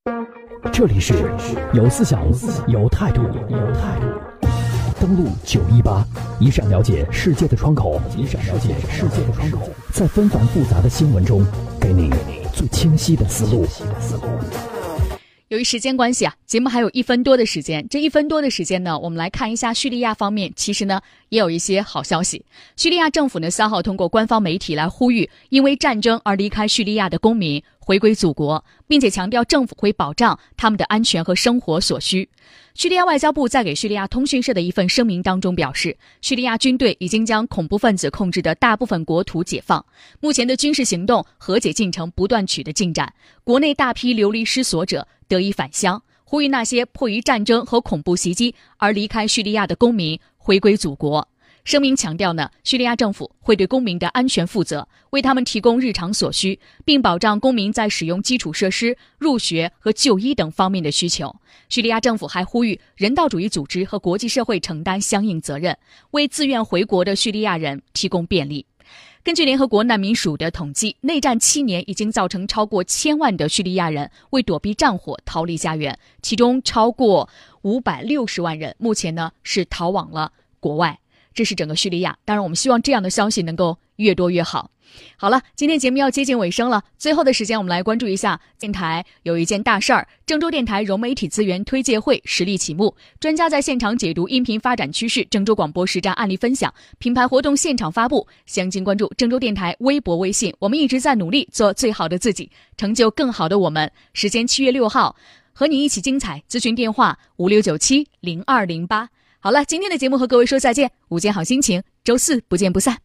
这里是有思想、有态度、登录918，一扇了解世界的窗口，在纷繁复杂的新闻中，给你最清晰的思路。 由于时间关系节目还有1分多的时间。这1分多的时间呢，我们来看一下叙利亚方面，其实呢也有一些好消息。叙利亚政府呢3号通过官方媒体来呼吁因为战争而离开叙利亚的公民回归祖国，并且强调政府会保障他们的安全和生活所需。叙利亚外交部在给叙利亚通讯社的一份声明当中表示，叙利亚军队已经将恐怖分子控制的大部分国土解放，目前的军事行动和解进程不断取得进展，国内大批流离失所者得以返乡，呼吁那些迫于战争和恐怖袭击而离开叙利亚的公民回归祖国。声明强调呢，叙利亚政府会对公民的安全负责，为他们提供日常所需，并保障公民在使用基础设施、入学和就医等方面的需求。叙利亚政府还呼吁人道主义组织和国际社会承担相应责任，为自愿回国的叙利亚人提供便利。根据联合国难民署的统计，内战7年已经造成超过1000万的叙利亚人为躲避战火逃离家园，其中超过560万人目前呢是逃往了国外。这是整个叙利亚，当然我们希望这样的消息能够越多越好。好了，今天节目要接近尾声了，最后的时间我们来关注一下电台有一件大事儿，郑州电台融媒体资源推介会实力启幕，专家在现场解读音频发展趋势，郑州广播实战案例分享，品牌活动现场发布。详情关注郑州电台微博微信，我们一直在努力做最好的自己，成就更好的我们。时间7月6号，和你一起精彩，咨询电话56970208。好了，今天的节目和各位说再见，午间好心情，周4不见不散。